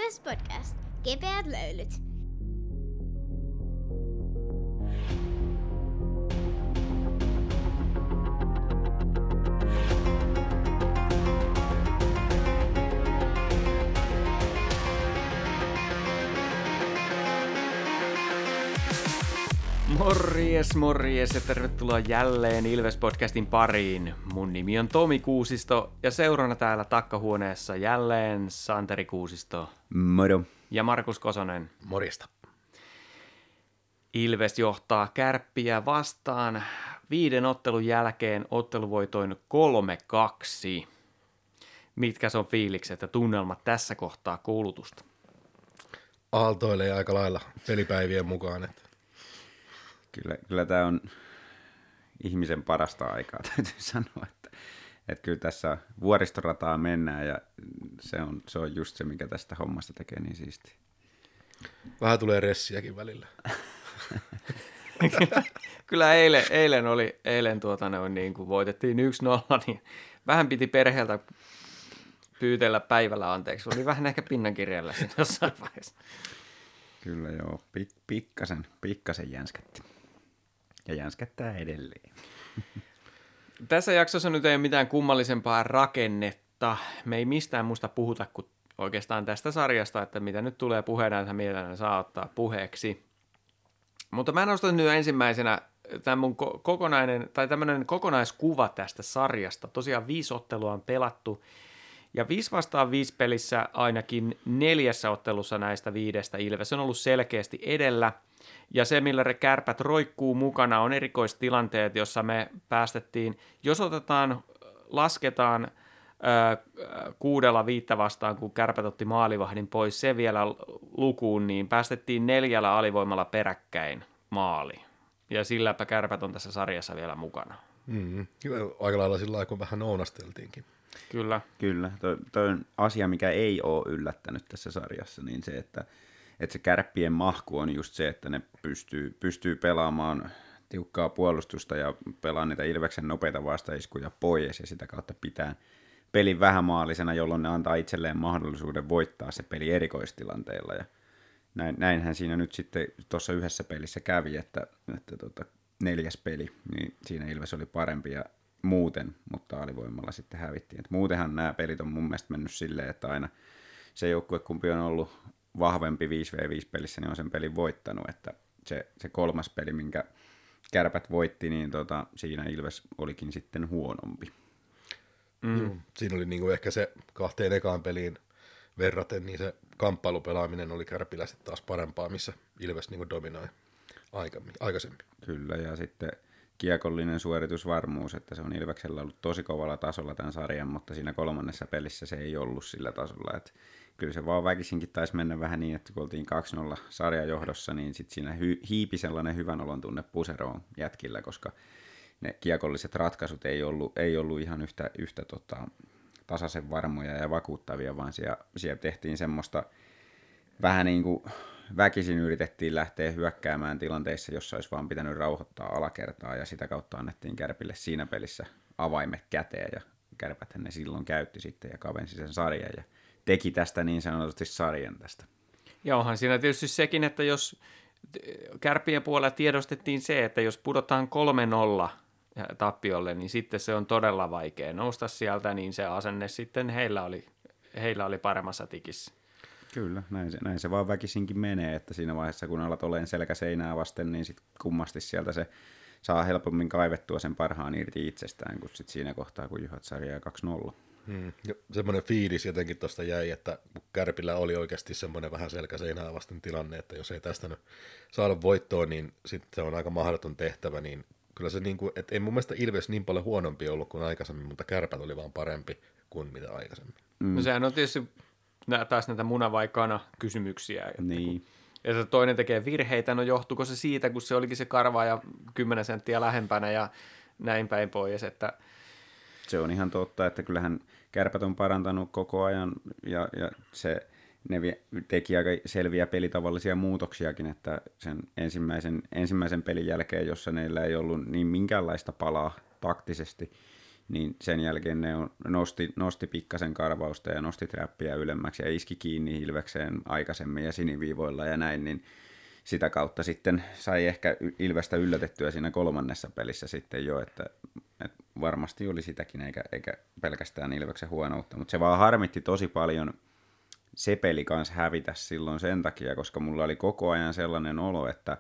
Ilves Podcast. Kepeät löylyt. Morjes ja tervetuloa jälleen Ilves-podcastin pariin. Mun nimi on Tomi Kuusisto ja seurana täällä takkahuoneessa jälleen Santeri Kuusisto. Moro. Ja Markus Kosonen. Morjesta. Ilves johtaa Kärppiä vastaan 5 ottelun jälkeen otteluvoitoin 3-2. Mitkä on fiilikset ja tunnelmat tässä kohtaa koulutusta? Aaltoilee aika lailla pelipäivien mukaan. Että. Kyllä tämä on ihmisen parasta aikaa, täytyy sanoa, että kyllä tässä vuoristorataa mennään ja se on just se, mikä tästä hommasta tekee niin siistiä. Vähän tulee ressiäkin välillä. Kyllä eilen niin kun voitettiin 1-0, niin vähän piti perheeltä pyytellä päivällä anteeksi. Oli vähän ehkä pinnankirjalla siinä jossain vaiheessa. Kyllä joo, pikkasen jänskätti. Ja jänskättää edelleen. Tässä jaksossa nyt ei ole mitään kummallisempaa rakennetta. Me ei mistään muusta puhuta kuin oikeastaan tästä sarjasta, että mitä nyt tulee puheena, mitä saa ottaa puheeksi. Mutta mä nostan nyt ensimmäisenä tämän mun tämmöinen kokonaiskuva tästä sarjasta. Tosiaan 5 ottelua on pelattu. Ja 5 vastaan 5 pelissä ainakin 4 ottelussa näistä 5 Ilves on ollut selkeästi edellä. Ja se, millä Kärpät roikkuu mukana, on erikoistilanteet, jossa me päästettiin, jos lasketaan 6-5 vastaan, kun Kärpät otti maalivahdin pois, se vielä lukuun, niin päästettiin 4 alivoimalla peräkkäin maaliin. Ja silläpä Kärpät on tässä sarjassa vielä mukana. Mm-hmm. Aika lailla sillä lailla, kun vähän ounasteltiinkin. Kyllä. Toi on asia, mikä ei ole yllättänyt tässä sarjassa, niin se, että se Kärppien mahku on just se, että ne pystyy pelaamaan tiukkaa puolustusta ja pelaamaan niitä Ilveksen nopeita vastaiskuja pois ja sitä kautta pitää pelin vähämaallisena, jolloin ne antaa itselleen mahdollisuuden voittaa se peli erikoistilanteilla. Ja näinhän siinä nyt sitten tuossa yhdessä pelissä kävi, että 4. peli, niin siinä Ilves oli parempi ja muuten, mutta alivoimalla sitten hävittiin. Et muutenhan nämä pelit on mun mielestä mennyt silleen, että aina se joukkue, kumpi on ollut vahvempi 5v5-pelissä, niin on sen pelin voittanut, että se 3. peli, minkä Kärpät voitti, niin siinä Ilves olikin sitten huonompi. Siinä oli niinku ehkä se 2 ekaan peliin verraten, niin se kamppailupelaaminen oli Kärpillä sitten taas parempaa, missä Ilves niinku dominoi aikaisemmin. Kyllä, ja sitten kiekollinen suoritusvarmuus, että se on Ilveksellä ollut tosi kovalla tasolla tämän sarjan, mutta siinä 3. pelissä se ei ollut sillä tasolla, että kyllä se vaan väkisinkin taisi mennä vähän niin, että kun oltiin 2-0 sarjajohdossa, niin sitten siinä hiipi sellainen hyvän olon tunne puseroon jätkillä, koska ne kiekolliset ratkaisut ei ollut ihan yhtä tasaisen varmoja ja vakuuttavia, vaan siellä tehtiin semmoista vähän niin kuin väkisin yritettiin lähteä hyökkäämään tilanteissa, jossa olisi vaan pitänyt rauhoittaa alakertaa, ja sitä kautta annettiin Kärpille siinä pelissä avaimet käteen, ja Kärpäthän ne silloin käytti sitten ja kavensi sen sarjan, ja teki tästä niin sanotusti sarjan tästä. Ja onhan siinä tietysti sekin, että jos Kärppien puolella tiedostettiin se, että jos pudotaan 3-0 tappiolle, niin sitten se on todella vaikea nousta sieltä, niin se asenne sitten heillä oli paremmassa tikissä. Kyllä, näin se vaan väkisinkin menee, että siinä vaiheessa kun alat olemaan selkä seinää vasten, niin sitten kummasti sieltä se saa helpommin kaivettua sen parhaan irti itsestään, kuin sitten siinä kohtaa, kun juhat sarjaa 2-0. Semmoinen fiilis jotenkin tuosta jäi, että Kärpillä oli oikeasti semmoinen vähän selkä seinää vasten tilanne, että jos ei tästä nyt saada voittoa, niin sitten se on aika mahdoton tehtävä, niin kyllä se niin kuin, että ei mun mielestä Ilves niin paljon huonompi ollut kuin aikaisemmin, mutta Kärpät oli vaan parempi kuin mitä aikaisemmin. No sehän on tietysti taas näitä muna vai kana kysymyksiä. Niin. Ja se toinen tekee virheitä, no johtuuko se siitä, kun se olikin se karva ja 10 senttiä lähempänä ja näin päin pois, että se on ihan totta, että kyllähän Kärpät on parantanut koko ajan ja ne teki aika selviä pelitavallisia muutoksiakin, että sen ensimmäisen pelin jälkeen, jossa neillä ei ollut niin minkäänlaista palaa taktisesti, niin sen jälkeen ne nosti pikkasen karvausta ja nosti trappia ylemmäksi ja iski kiinni Ilvekseen aikaisemmin ja siniviivoilla ja näin, niin sitä kautta sitten sai ehkä Ilvestä yllätettyä siinä kolmannessa pelissä sitten jo, että varmasti oli sitäkin eikä pelkästään Ilveksen huonoutta, mutta se vaan harmitti tosi paljon se peli kanssa hävitä silloin sen takia, koska mulla oli koko ajan sellainen olo, että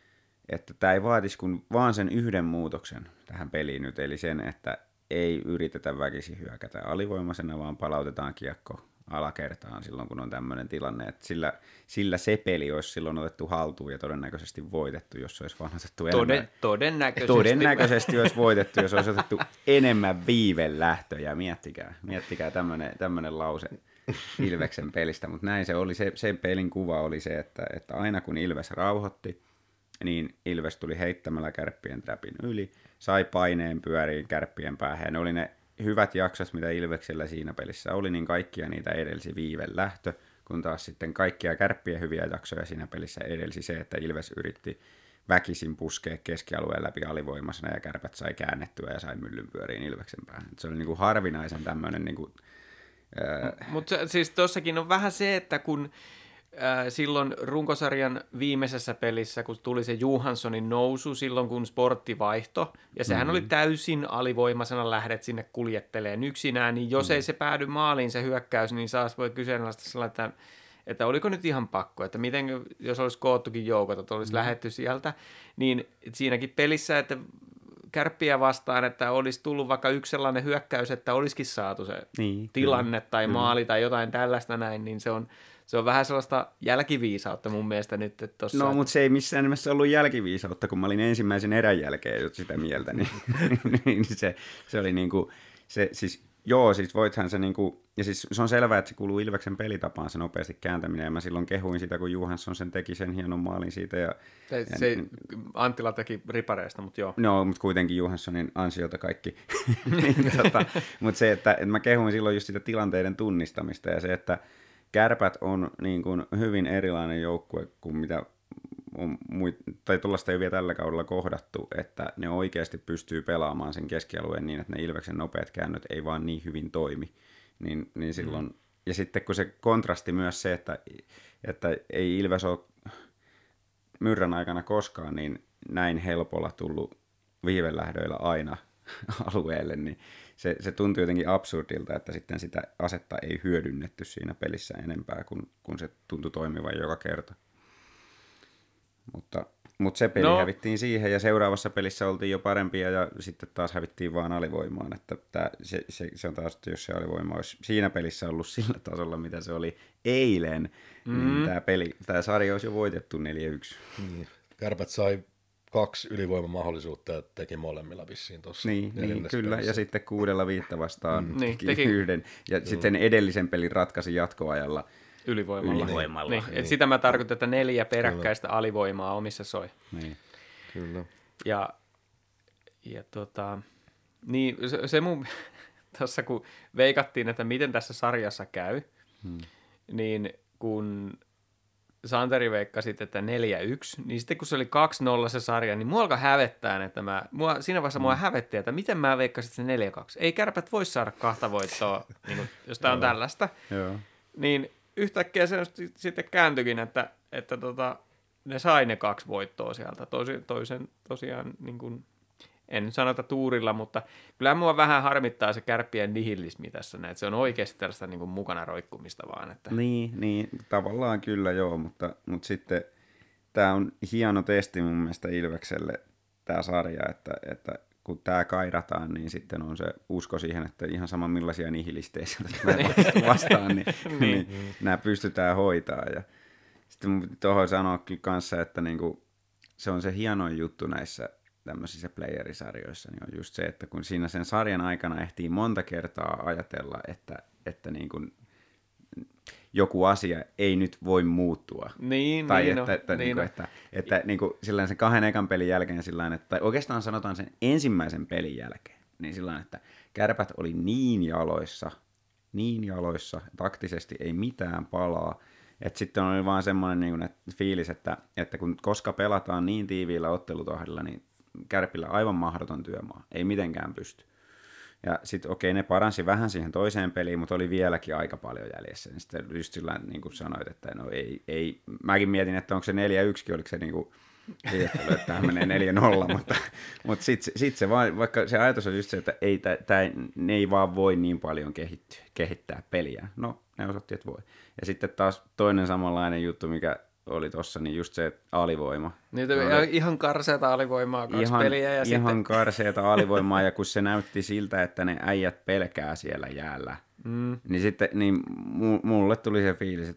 tämä ei vaatisi kuin vaan sen yhden muutoksen tähän peliin nyt, eli sen, että ei yritetä väkisin hyökätä alivoimaisena, vaan palautetaan kiekko alakertaan silloin, kun on tämmöinen tilanne, että sillä se peli olisi silloin otettu haltuun ja todennäköisesti voitettu, jos olisi vaan otettu enemmän. Todennäköisesti olisi voitettu, jos olisi otettu enemmän viivelähtöjä. Miettikää tämmöinen lause Ilveksen pelistä, mutta näin se oli. Se pelin kuva oli se, että aina kun Ilves rauhoitti, niin Ilves tuli heittämällä Kärppien trapin yli, sai paineen pyöriin Kärppien päähän. Ne oli ne hyvät jaksot, mitä Ilveksellä siinä pelissä oli, niin kaikkia niitä edelsi viiven lähtö, kun taas sitten kaikkia Kärppien hyviä jaksoja siinä pelissä edelsi se, että Ilves yritti väkisin puskea keskialueen läpi alivoimasena ja Kärpät sai käännettyä ja sai myllyn pyöriin Ilveksen päähän. Se oli niin kuin harvinaisen tämmöinen niin kuin, mutta siis tossakin on vähän se, että kun silloin runkosarjan viimeisessä pelissä, kun tuli se Johanssonin nousu, silloin kun Sportti vaihto, ja sehän oli täysin alivoimaisena lähdet sinne kuljetteleen yksinään, niin jos ei se päädy maaliin se hyökkäys, niin saas voi kyseenalaista sellainen, että oliko nyt ihan pakko, että miten, jos olisi koottukin joukot, että olisi lähdetty sieltä, niin siinäkin pelissä, että Kärppiä vastaan, että olisi tullut vaikka yksi sellainen hyökkäys, että olisikin saatu se tilanne tai maali tai jotain tällaista näin, niin se on vähän sellaista jälkiviisautta mun mielestä nyt. Että tossa, no, mutta se ei missään nimessä ollut jälkiviisautta, kun mä olin ensimmäisen erän jälkeen jo sitä mieltä, niin se oli niinku, siis voithan se niinku, ja siis se on selvää, että se kuuluu Ilveksen pelitapaan se nopeasti kääntäminen, ja mä silloin kehuin sitä, kun Johansson sen teki sen hienon maalin siitä. Anttila teki ripareista, mutta joo. No, mutta kuitenkin Johanssonin ansiota kaikki. Mutta se, että mä kehuin silloin just sitä tilanteiden tunnistamista, ja se, että Kärpät on niin kuin hyvin erilainen joukkue kuin mitä on tai tuollaista ei vielä tällä kaudella kohdattu, että ne oikeasti pystyy pelaamaan sen keskialueen niin, että ne Ilveksen nopeat käännöt ei vaan niin hyvin toimi. Niin silloin, ja sitten kun se kontrasti myös se, että ei Ilves ole Myrrän aikana koskaan niin näin helpolla tullut viivelähdöillä aina alueelle, niin se tuntui jotenkin absurdilta, että sitten sitä asetta ei hyödynnetty siinä pelissä enempää, kun se tuntui toimivan joka kerta. Mutta se peli hävittiin siihen, ja seuraavassa pelissä oltiin jo parempia, ja sitten taas hävittiin vaan alivoimaan. Että se on taas, että jos se alivoima olisi siinä pelissä ollut sillä tasolla, mitä se oli eilen, niin tämä sarja olisi jo voitettu 4-1. Niin. Kärpät sai 2 ylivoimamahdollisuutta ja teki molemmilla vissiin tuossa. Niin kyllä, pelissä. Ja sitten 6-5 vastaan teki yhden. Ja sitten edellisen pelin ratkaisi jatkoajalla ylivoimalla. Niin. Sitä mä tarkoitan, että 4 peräkkäistä alivoimaa omissa soi. Niin. Kyllä. Ja niin se mun, tuossa kun veikattiin, että miten tässä sarjassa käy, niin kun Santeri veikkasi, että 4-1, niin sitten kun se oli 2-0 se sarja, niin mua alkaa hävettää, että siinä vaiheessa mua hävetti, että miten mä veikkasin se 4-2. Ei Kärpät voi saada 2 voittoa, niin kun, jos tää on tällaista. Joo. Niin yhtäkkiä se sitten kääntyikin, että ne sai ne 2 voittoa sieltä. Toisen tosiaan, niin kuin, en nyt sanota tuurilla, mutta kyllä mua vähän harmittaa se Kärppien nihilismi tässä. Että se on oikeasti tällaista niin kuin mukana roikkumista vaan. Että. Niin, tavallaan kyllä joo, mutta sitten tämä on hieno testi mun mielestä Ilvekselle tämä sarja, että kun tämä kairataan, niin sitten on se usko siihen, että ihan sama millaisia nihilistejä vastaan, niin nämä pystytään hoitamaan. Ja sitten mun tuohon sanoa kyllä kanssa, että niinku, se on se hienoin juttu näissä tämmöisissä playerisarjoissa, niin on just se, että kun siinä sen sarjan aikana ehtii monta kertaa ajatella, että niin kuin joku asia ei nyt voi muuttua. Että niin kuin sillain sen 2 ekan pelin jälkeen sillain, että tai oikeastaan sanotaan sen ensimmäisen pelin jälkeen, niin sillain, että Kärpät oli niin jaloissa, taktisesti ei mitään palaa, että sitten oli vaan semmoinen niin kuin, fiilis, että koska pelataan niin tiiviillä ottelutahdilla, niin Kärpillä aivan mahdoton työmaa, ei mitenkään pysty. Ja sitten okei, ne paransi vähän siihen toiseen peliin, mutta oli vieläkin aika paljon jäljessä. Ja sitten just sillä niin kuin sanoit, että no ei. Mäkin mietin, että onko se 4-1, oliko se niin kuin että tähän menee 4-0, mutta sitten se vaan, vaikka se ajatus on just se, että ne ei vaan voi niin paljon kehittää peliä. No, ne osoitti, että voi. Ja sitten taas toinen samanlainen juttu, mikä oli tossa, niin just se alivoima. Niitä ihan karseata alivoimaa, 2 peliä. Ja ihan karseata alivoimaa, ja kun se näytti siltä, että ne äijät pelkää siellä jäällä, niin sitten mulle tuli se fiilis,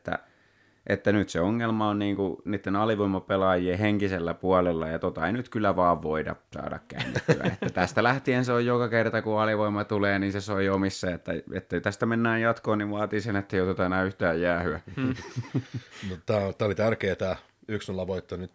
että nyt se ongelma on niinku niiden alivoimapelaajien henkisellä puolella, ja ei nyt kyllä vaan voida saada käännettyä. Että tästä lähtien se on joka kerta, kun alivoima tulee, niin se soi omissa, että tästä mennään jatkoon, niin vaatii sen, että ei oteta enää yhtään jäähyä. Tämä oli tärkeä tämä 1-0 voitto nyt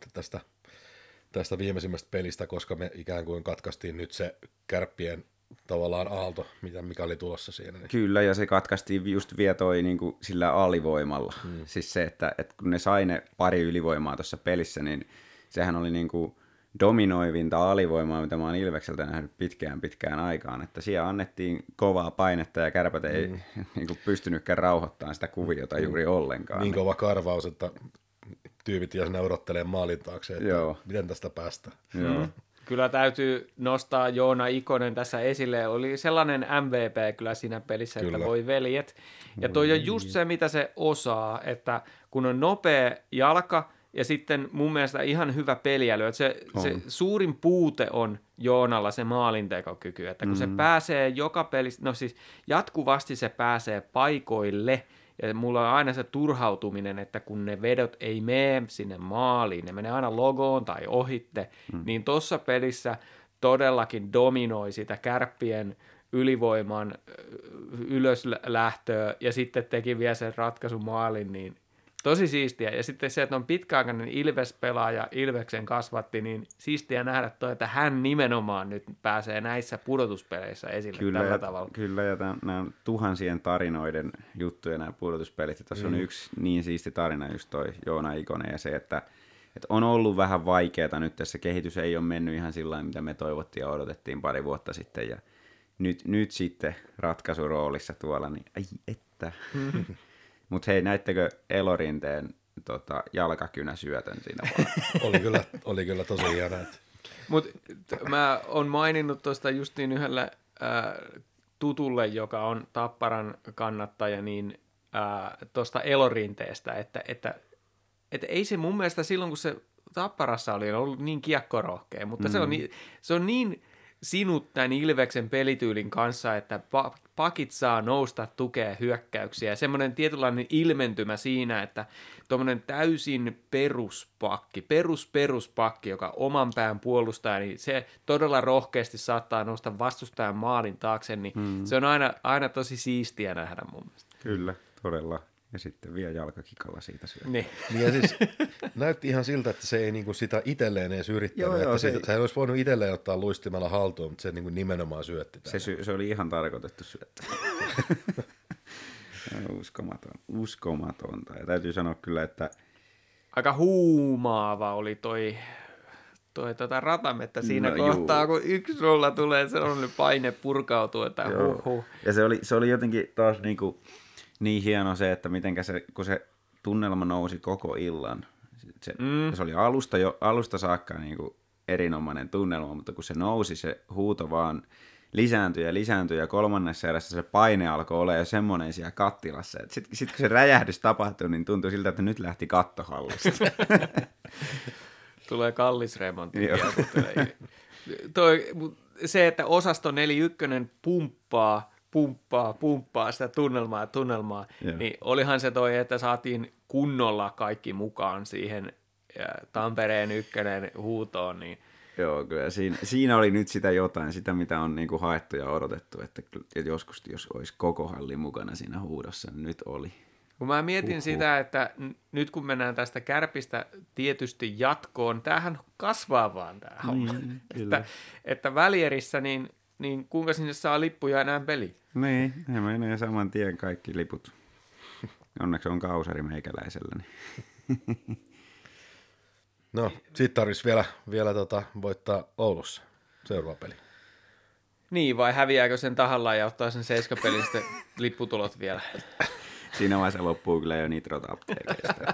tästä viimeisimmästä pelistä, koska me ikään kuin katkaistiin nyt se Kärppien tavallaan aalto, mikä oli tulossa siinä. Kyllä, ja se katkaistiin just vielä toi niin kuin sillä alivoimalla. Siis se, että kun ne sai ne pari ylivoimaa tuossa pelissä, niin sehän oli niin kuin dominoivinta alivoimaa, mitä mä oon Ilvekseltä nähnyt pitkään aikaan. Että siellä annettiin kovaa painetta, ja Kärpät ei niin kuin pystynytkään rauhoittamaan sitä kuviota juuri ollenkaan. Niin kova karvaus, että tyypit jää sinne odottelemaan maalin taakse, että miten tästä päästään. Joo. Kyllä täytyy nostaa Joona Ikonen tässä esille. Oli sellainen MVP kyllä siinä pelissä, kyllä, että voi veljet. Ja toi on just se, mitä se osaa, että kun on nopea jalka ja sitten mun mielestä ihan hyvä peliäly. Se suurin puute on Joonalla se maalintekokyky, että kun se pääsee joka pelissä, no siis jatkuvasti se pääsee paikoille. Ja mulla on aina se turhautuminen, että kun ne vedot ei mene sinne maaliin, ne menee aina logoon tai ohitte, niin tuossa pelissä todellakin dominoi sitä Kärppien ylivoiman ylöslähtöä ja sitten teki vielä sen ratkaisumaalin, niin tosi siistiä. Ja sitten se, että on pitkäaikainen Ilves-pelaaja, Ilveksen kasvatti, niin siistiä nähdä toi, että hän nimenomaan nyt pääsee näissä pudotuspeleissä esille tällä tavalla. Kyllä, ja nämä on tuhansien tarinoiden juttuja nämä pudotuspelit. Tuossa on yksi niin siisti tarina, just toi Joona Ikonen, ja se, että on ollut vähän vaikeaa nyt, tässä kehitys ei ole mennyt ihan sillä mitä me toivottiin ja odotettiin pari vuotta sitten, ja nyt sitten ratkaisuroolissa tuolla, niin ai että... Mutta hei, näittekö Elorinteen jalkakynäsyötön siinä oli kyllä tosi hieno. Mutta mä oon maininnut tuosta justiin yhdelle tutulle, joka on Tapparan kannattaja, niin tuosta Elorinteestä, että ei se mun mielestä silloin, kun se Tapparassa oli ollut niin kiekkorohkea, mutta se on niin sinut tämän Ilveksen pelityylin kanssa, että pakit saa nousta tukea hyökkäyksiä. Semmoinen tietynlainen ilmentymä siinä, että tuommoinen täysin peruspakki, joka oman pään puolustaa, niin se todella rohkeasti saattaa nousta vastustajan maalin taakse, niin se on aina tosi siistiä nähdä mun mielestä. Kyllä, todella. Ja sitten vielä jalkakikalla siitä syödään. Niin. Ja siis näytti ihan siltä, että se ei niinku sitä itselleen edes yrittänyt. Joo, sehän olisi voinut itselleen ottaa luistimella haltuun, mutta se niinku nimenomaan syötti. Se oli ihan tarkoitettu syöttö. Uskomatonta. Ja täytyy sanoa kyllä, että... Aika huumaava oli toi ratamettä siinä kohtaa, kun 1-0 tulee, se on paine purkautuu, että Ja se oli jotenkin taas niinku... Niin hieno se, että kun se tunnelma nousi koko illan. Se oli alusta saakka niin kuin erinomainen tunnelma, mutta kun se nousi, se huuto vaan lisääntyi ja kolmannessa erässä se paine alkoi olla jo semmoinen siellä kattilassa. Sitten kun se räjähdys tapahtui, niin tuntui siltä, että nyt lähti kattohallista. Tulee kallis remontti. Se, että osasto 41 pumppaa sitä tunnelmaa, niin olihan se että saatiin kunnolla kaikki mukaan siihen Tampereen 1 huutoon. Niin. Joo, kyllä siinä oli nyt sitä jotain, sitä mitä on niinku haettu ja odotettu, että joskus jos olisi koko halli mukana siinä huudossa, niin nyt oli. Kun mä mietin sitä, että nyt kun mennään tästä Kärpistä tietysti jatkoon, tämähän kasvaa vaan tämä homma. Että Välierissä, niin kuinka sinne saa lippuja enää peliin? Niin, ne menee saman tien kaikki liput. Onneksi on kausari meikäläisellä. Niin. No, sit tarvitsisi vielä voittaa Oulussa seuraava peli. Niin, vai häviääkö sen tahallaan ja ottaa sen 7 pelin sitten lipputulot vielä? Siinä vaiheessa loppuu kyllä jo nitrot apteekeista.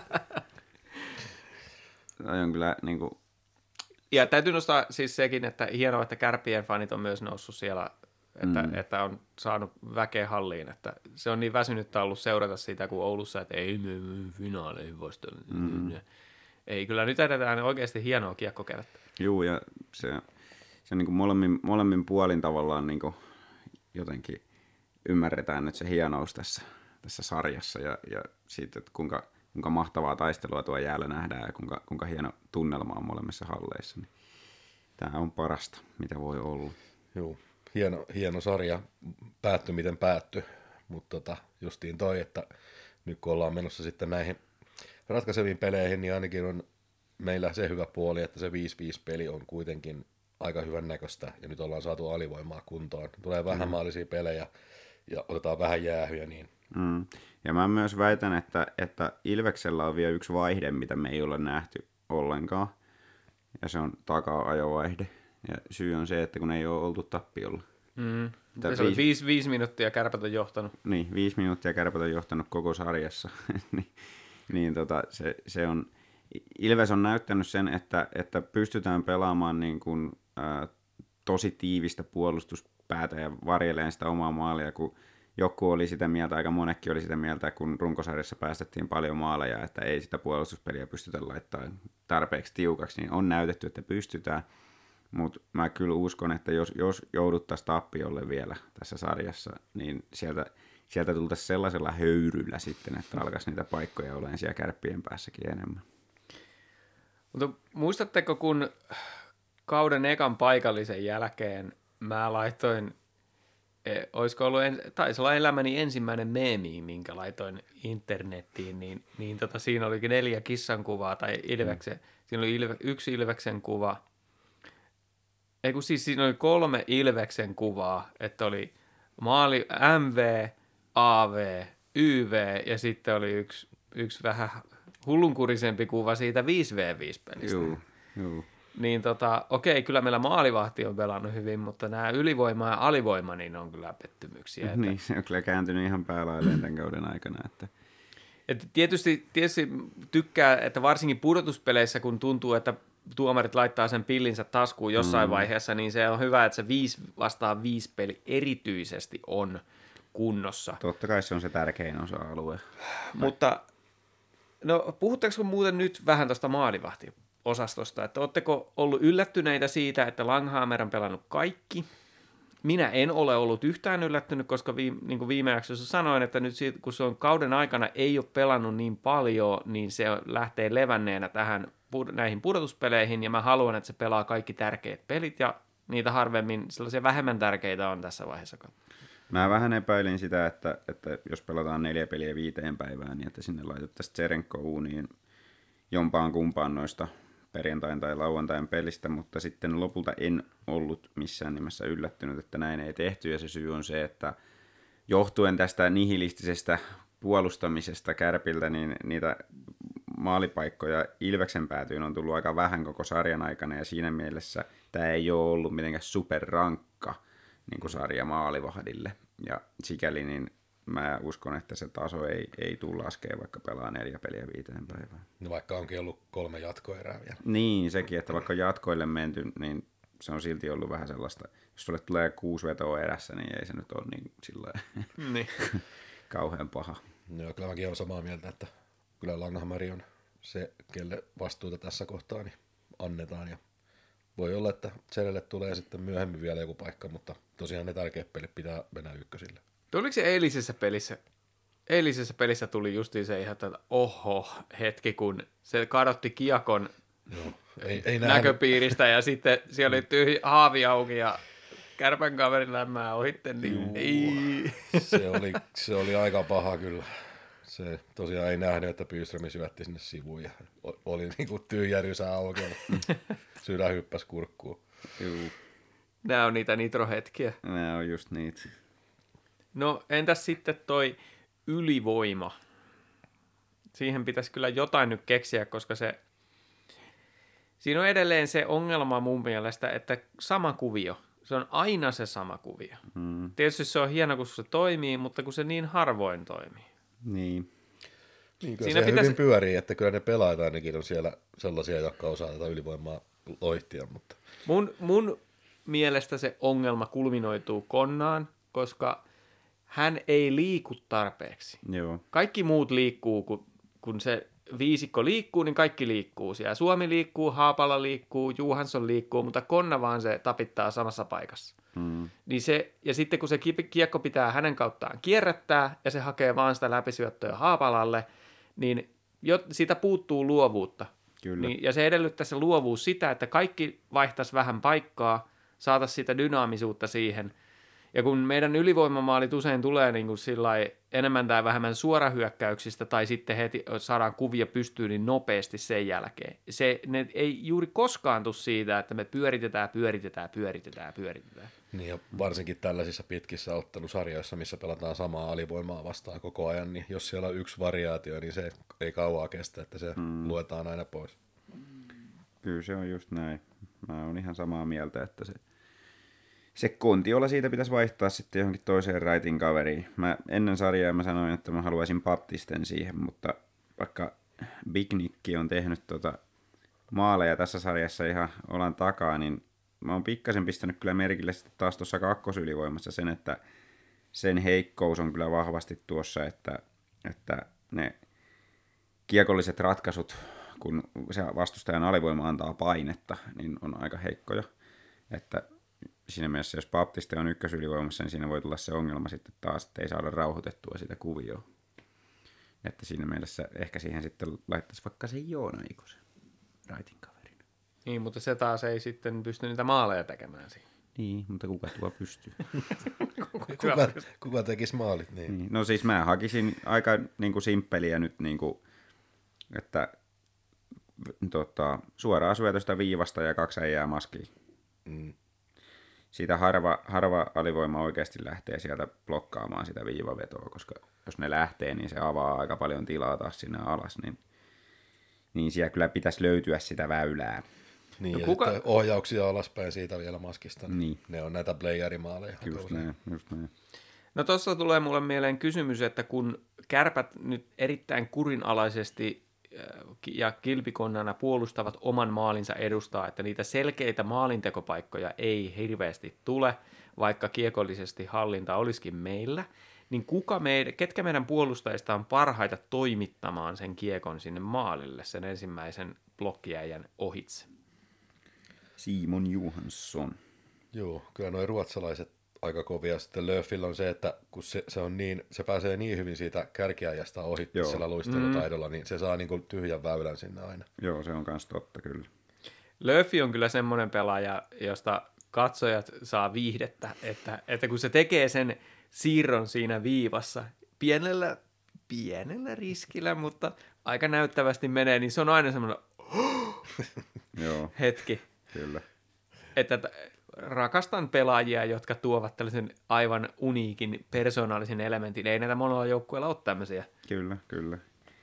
Toi on kyllä niin kuin... Ja täytyy nostaa siis sekin, että hienoa, että Kärppien fanit on myös noussut siellä, että on saanut väkeä halliin. Että se on niin väsynyttä ollut seurata sitä kuin Oulussa, että ei me finaaleihin vasta. Ei, kyllä nyt edetään oikeasti hienoa kiekkokevättä. Juu, ja se niin kuin molemmin puolin tavallaan niin kuin jotenkin ymmärretään nyt se hienous tässä sarjassa ja siitä, että kuinka mahtavaa taistelua tuo jäällä nähdään ja kuinka hieno tunnelma on molemmissa halleissa. Niin tämä on parasta, mitä voi olla. Joo, hieno sarja. Päättyi miten päättyi, mutta justiin toi, että nyt kun ollaan menossa sitten näihin ratkaiseviin peleihin, niin ainakin on meillä se hyvä puoli, että se 5-5 peli on kuitenkin aika hyvän näköistä, ja nyt ollaan saatu alivoimaa kuntoon. Tulee vähän maalisia pelejä, ja otetaan vähän jäähyjä, niin... Ja mä myös väitän, että Ilveksellä on vielä yksi vaihde, mitä me ei ole nähty ollenkaan, ja se on taka-ajovaihde. Ja syy on se, että kun ei ole oltu tappiolla. Se oli 5 minuuttia Kärpät on johtanut. Niin, 5 minuuttia Kärpät on johtanut koko sarjassa. Se on... Ilves on näyttänyt sen, että pystytään pelaamaan niin kuin, tosi tiivistä puolustuspäätä ja varjeleen sitä omaa maalia, kun joku oli sitä mieltä, aika monetkin oli sitä mieltä, kun runkosarjassa päästettiin paljon maaleja, että ei sitä puolustuspeliä pystytä laittamaan tarpeeksi tiukaksi, niin on näytetty, että pystytään. Mutta mä kyllä uskon, että jos jouduttaisiin tappiolle vielä tässä sarjassa, niin sieltä tultaisiin sellaisella höyryllä sitten, että alkaisi niitä paikkoja olemaan siellä Kärppien päässäkin enemmän. Mutta muistatteko, kun kauden ekan paikallisen jälkeen mä laitoin, olisiko ollut, taisi olla elämäni ensimmäinen meemi, minkä laitoin internettiin, niin siinä olikin 4 kissan kuvaa tai Ilveksen, siinä oli yksi Ilveksen kuva, siinä oli 3 Ilveksen kuvaa, että oli maali MV, AV, YV ja sitten oli yksi vähän hullunkurisempi kuva siitä 5v5-pelistä. Joo. Niin okei, kyllä meillä maalivahti on pelannut hyvin, mutta nämä ylivoima ja alivoima, niin on kyllä pettymyksiä. Että... Niin, se on kyllä kääntynyt ihan päälailleen tämän kauden aikana. Että tietysti tykkää, että varsinkin pudotuspeleissä, kun tuntuu, että tuomarit laittaa sen pillinsä taskuun jossain vaiheessa, niin se on hyvä, että se 5-5 peli erityisesti on kunnossa. Totta kai se on se tärkein osa-alue. Mutta no puhuttaanko muuten nyt vähän tuosta maalivahtiosastosta, että ootteko ollut yllättyneitä siitä, että Langhammer on pelannut kaikki? Minä en ole ollut yhtään yllättynyt, koska niin kuin viime jaksossa sanoin, että nyt kun se on kauden aikana ei ole pelannut niin paljon, niin se lähtee levänneenä näihin pudotuspeleihin, ja mä haluan, että se pelaa kaikki tärkeät pelit, ja niitä harvemmin sellaisia vähemmän tärkeitä on tässä vaiheessa. Mä vähän epäilin sitä, että jos pelataan 4 peliä 5 päivään, niin että sinne laitettaisiin Tserenko uuniin jompaan kumpaan noista perjantain tai lauantain pelistä, mutta sitten lopulta en ollut missään nimessä yllättynyt, että näin ei tehty, ja se syy on se, että johtuen tästä nihilistisestä puolustamisesta Kärpiltä, niin niitä maalipaikkoja Ilveksen päätyyn on tullut aika vähän koko sarjan aikana, ja siinä mielessä tämä ei ole ollut mitenkään superrankka niin kuin sarja maalivahdille, ja sikäli niin mä uskon, että se taso ei tule laskemaan, vaikka pelaa 4 peliä 5 päivään. No vaikka onkin ollut 3 jatkoerää vielä. Niin, sekin, että vaikka jatkoille menty, niin se on silti ollut vähän sellaista, jos sulle tulee 6 vetoa erässä, niin ei se nyt ole niin sillä niin. kauhean paha. Joo, kyllä mäkin olen samaa mieltä, että kyllä Langhammer on se, kelle vastuuta tässä kohtaa, niin annetaan. Ja voi olla, että Tserelle tulee sitten myöhemmin vielä joku paikka, mutta tosiaan ne tärkeät pelit pitää mennä ykkösille. Tuliko se eilisessä pelissä? Eilisessä pelissä tuli justiin se ihan, että hetki, kun se kadotti kiekon ei näköpiiristä ja sitten siellä oli tyhjä haavi auki ja Kärpän kaverin lämmää ohitte, niin se oli aika paha kyllä. Se tosiaan ei nähnyt, että Byström syötti sinne sivuun ja oli niinku tyhjä rysä auki. Sydän hyppäsi kurkkuun. Nämä on niitä nitrohetkiä. Nämä on just niitä. No entäs sitten toi ylivoima? Siihen pitäisi kyllä jotain nyt keksiä, koska siinä on edelleen se ongelma mun mielestä, että sama kuvio. Se on aina se sama kuvio. Tietysti se on hieno, kun se toimii, mutta kun se niin harvoin toimii. Niin. Niin, kyllä Siinä se pitäisi- hyvin pyörii, että kyllä ne pelaajat ainakin on siellä sellaisia, jotka osaa tätä ylivoimaa loihtia, mutta Mun mielestä se ongelma kulminoituu Konnaan, koska hän ei liiku tarpeeksi. Joo. Kaikki muut liikkuu, kun se viisikko liikkuu, niin kaikki liikkuu. Siellä Suomi liikkuu, Haapala liikkuu, Johansson liikkuu, mutta Konna vaan se tapittaa samassa paikassa. Niin ja sitten kun se kiekko pitää hänen kauttaan kierrättää ja se hakee vaan sitä läpisyöttöä Haapalalle, niin siitä puuttuu luovuutta. Kyllä. Niin, ja se edellyttää se luovuus sitä, että kaikki vaihtaisi vähän paikkaa, saataisiin sitä dynaamisuutta siihen. Ja kun meidän ylivoimamaalit usein tulee niin kuin sillai enemmän tai vähemmän suorahyökkäyksistä tai sitten heti saadaan kuvia pystyyn niin nopeasti sen jälkeen. Ne ei juuri koskaan tule siitä, että me pyöritetään. niin ja varsinkin tällaisissa pitkissä ottelusarjoissa, missä pelataan samaa alivoimaa vastaan koko ajan, niin jos siellä on yksi variaatio, niin se ei kauaa kestä, että se luetaan aina pois. Kyllä se on just näin. Mä oon ihan samaa mieltä, että se Kontiola siitä pitäisi vaihtaa sitten johonkin toiseen raitin kaveriin. Ennen sarjaa mä sanoin, että mä haluaisin Baptisten siihen, mutta vaikka Big Nick on tehnyt maaleja tässä sarjassa ihan olan takaa, niin mä oon pikkasen pistänyt kyllä merkille sitten taas tuossa kakkosylivoimassa sen, että sen heikkous on kyllä vahvasti tuossa, että ne kiekolliset ratkaisut, kun se vastustajan alivoima antaa painetta, niin on aika heikkoja. Että siinä mielessä, jos Baptiste on ykkösylivoimassa, niin siinä voi tulla se ongelma sitten taas, että ei saada rauhoitettua sitä kuvioa. Että siinä mielessä ehkä siihen sitten laittaisi vaikka se Joona Ikosen raitin kaverin. Niin, mutta se taas ei sitten pysty niitä maaleja tekemään siinä. Niin, mutta kuka tuo pystyy? Kuka tekisi maalit? Niin. Niin. No siis mä hakisin aika niin kuin simppeliä nyt, niin kuin, että suoraa syötöstä viivasta ja 2 äijää maskiin. Siitä harva alivoima oikeasti lähtee sieltä blokkaamaan sitä viivavetoa, koska jos ne lähtee, niin se avaa aika paljon tilaa taas sinne alas, niin siellä kyllä pitäisi löytyä sitä väylää. Niin, No ja kuka- sitten ohjauksia alaspäin siitä vielä maskista. Niin. Ne on näitä playerimaaleja. Just näin. No tuossa tulee mulle mieleen kysymys, että kun Kärpät nyt erittäin kurinalaisesti ja kilpikonnana puolustavat oman maalinsa edustaa, että niitä selkeitä maalintekopaikkoja ei hirveästi tule, vaikka kiekollisesti hallinta olisikin meillä, niin ketkä meidän puolustajista on parhaita toimittamaan sen kiekon sinne maalille, sen ensimmäisen blokkiäijän ohitse? Simon Johansson. Joo, kyllä nuo ruotsalaiset aika kovia. Sitten Löfillä on se, että kun se pääsee niin hyvin siitä kärkiajasta ohi sillä luistelutaidolla, niin se saa niin kuin tyhjän väylän sinne aina. Joo, se on kans totta kyllä. Löfi on kyllä semmoinen pelaaja, josta katsojat saa viihdettä, että kun se tekee sen siirron siinä viivassa pienellä riskillä, mutta aika näyttävästi menee, niin se on aina semmoinen Joo, hetki. kyllä. Että rakastan pelaajia, jotka tuovat tällaisen aivan uniikin persoonallisen elementin. Ei näitä monella joukkueella ole tämmöisiä. Kyllä.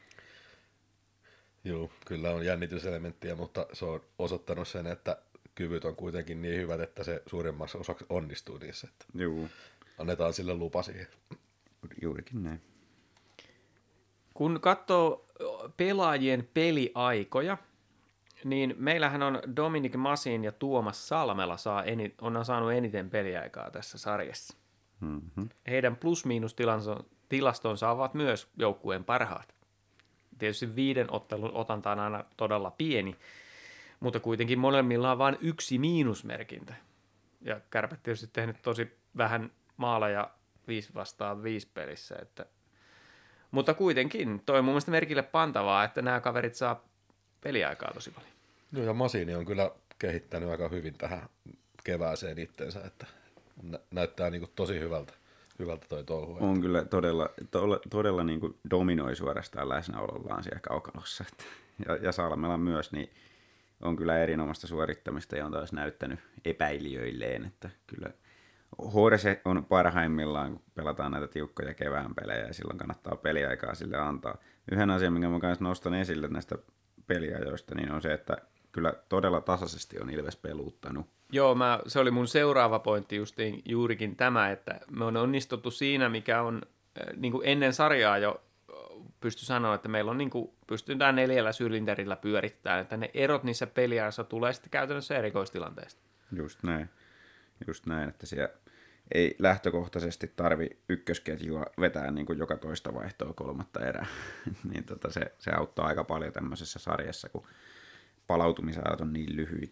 Joo, kyllä on jännityselementtiä, mutta se on osoittanut sen, että kyvyt on kuitenkin niin hyvät, että se suurimmaksi osaksi onnistuu niissä. Että Joo, annetaan sille lupa siihen. juurikin näin. Kun katsoo pelaajien peliaikoja, niin meillähän on Dominic Masin ja Tuomas Salmela on saanut eniten peliaikaa tässä sarjassa. Mm-hmm. Heidän plus-miinus-tilastonsa ovat myös joukkueen parhaat. Tietysti 5 ottelun otanta on aina todella pieni, mutta kuitenkin molemmilla on vain 1 miinusmerkintä. Ja Kärpät tietysti tehnyt tosi vähän maaleja 5-5 pelissä. Mutta kuitenkin, toi on mun mielestä merkille pantavaa, että nämä kaverit saa peliaikaa tosi paljon. No ja Masini on kyllä kehittänyt aika hyvin tähän kevääseen itsensä, että näyttää niin kuin tosi hyvältä toi touhu. On kyllä todella niin kuin dominoi suorastaan läsnäolollaan siellä kaukalossa. Ja Salmela myös, niin on kyllä erinomaista suorittamista ja on taas näyttänyt epäilijöilleen, että kyllä Horse on parhaimmillaan, kun pelataan näitä tiukkoja kevään pelejä ja silloin kannattaa peliaikaa sille antaa. Yhden asian, minkä mä kanssa nostan esille näistä peliajoista, niin on se, että kyllä todella tasaisesti on Ilves peluuttanut. Joo, se oli mun seuraava pointti juurikin tämä, että me on onnistuttu siinä, mikä on niin kuin ennen sarjaa jo pysty sanoa, että meillä on niin kuin, pystytään 4 sylinterillä pyörittämään, että ne erot niissä peliajassa tulee sitten käytännössä erikoistilanteesta. Just näin, että siellä ei lähtökohtaisesti tarvi ykkösketjua vetää niin kuin joka toista vaihtoa 3. erää. Niin se auttaa aika paljon tämmöisessä sarjassa, kun palautumisajat on niin lyhyitä.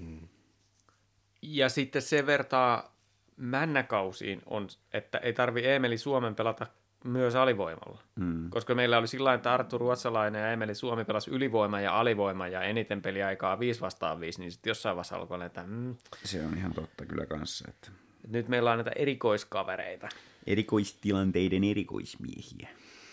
Ja sitten se vertaa männäkausiin on, että ei tarvi Eemeli Suomen pelata myös alivoimalla. Koska meillä oli sillä lailla, että Arttu Ruotsalainen ja Eemeli Suomi pelasi ylivoima ja alivoima ja eniten peliaikaa 5-5, niin sitten jossain vaiheessa alkoi että Se on ihan totta kyllä kanssa. Että nyt meillä on näitä erikoiskavereita. Erikoistilanteiden erikoismiehiä.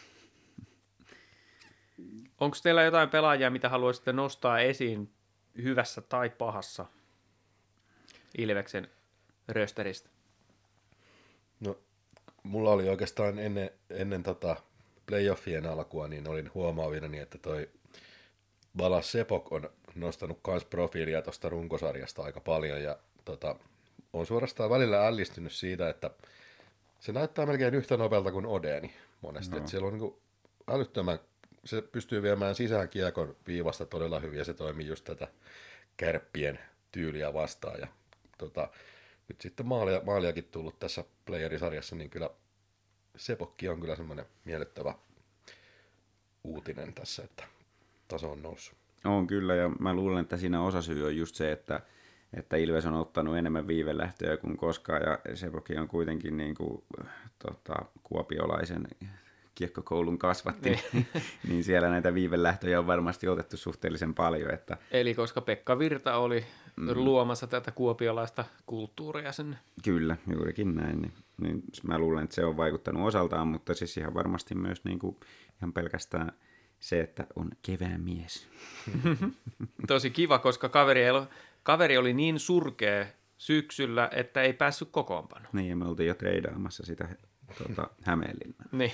Onko teillä jotain pelaajia, mitä haluaisitte nostaa esiin hyvässä tai pahassa Ilveksen rösteristä? No, mulla oli oikeastaan ennen playoffien alkua, niin olin huomaavinani, että toi Balas Sepok on nostanut kans profiilia tuosta runkosarjasta aika paljon, ja on suorastaan välillä ällistynyt siitä, että se näyttää melkein yhtä nopealta kuin Odeni monesti. Että siellä on niin älyttömän, se pystyy viemään sisään kiekon viivasta todella hyvin, ja se toimii just tätä kärppien tyyliä vastaan. Ja nyt sitten maaliakin tullut tässä playerisarjassa, niin kyllä Sepokki on kyllä semmoinen miellyttävä uutinen tässä, että taso on noussut. On kyllä, ja mä luulen, että siinä osasyy on just se, että Ilves on ottanut enemmän viivelähtöjä kuin koskaan, ja Sepokki on kuitenkin niin kuin, kuopiolaisen kiekkokoulun kasvatti, niin siellä näitä viivelähtöjä on varmasti otettu suhteellisen paljon. Että Eli koska Pekka Virta oli luomassa tätä kuopiolaista kulttuuria sinne. Kyllä, juurikin näin. Niin mä luulen, että se on vaikuttanut osaltaan, mutta siis ihan varmasti myös niin kuin, ihan pelkästään se, että on kevään mies. Tosi kiva, koska kaveri oli niin surkea syksyllä, että ei päässyt kokoonpanoon. Niin, ja me oltiin jo treidaamassa sitä Hämeenlinnaa. Niin.